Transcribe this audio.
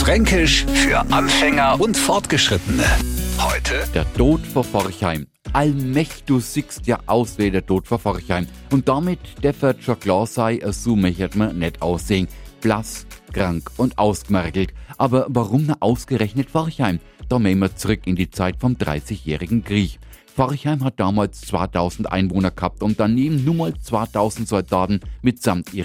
Fränkisch für Anfänger und Fortgeschrittene. Heute Der Tod vor Forchheim. Allmächt, du siehst ja aus wie der Tod vor Forchheim. Und damit dürfte schon klar sein, so möchte man nicht aussehen. Blass, krank und ausgemergelt. Aber warum nur ausgerechnet Forchheim? Da gehen wir zurück in die Zeit vom 30-jährigen Krieg. Forchheim hat damals 2000 Einwohner gehabt und daneben nur mal 2000 Soldaten mitsamt ihren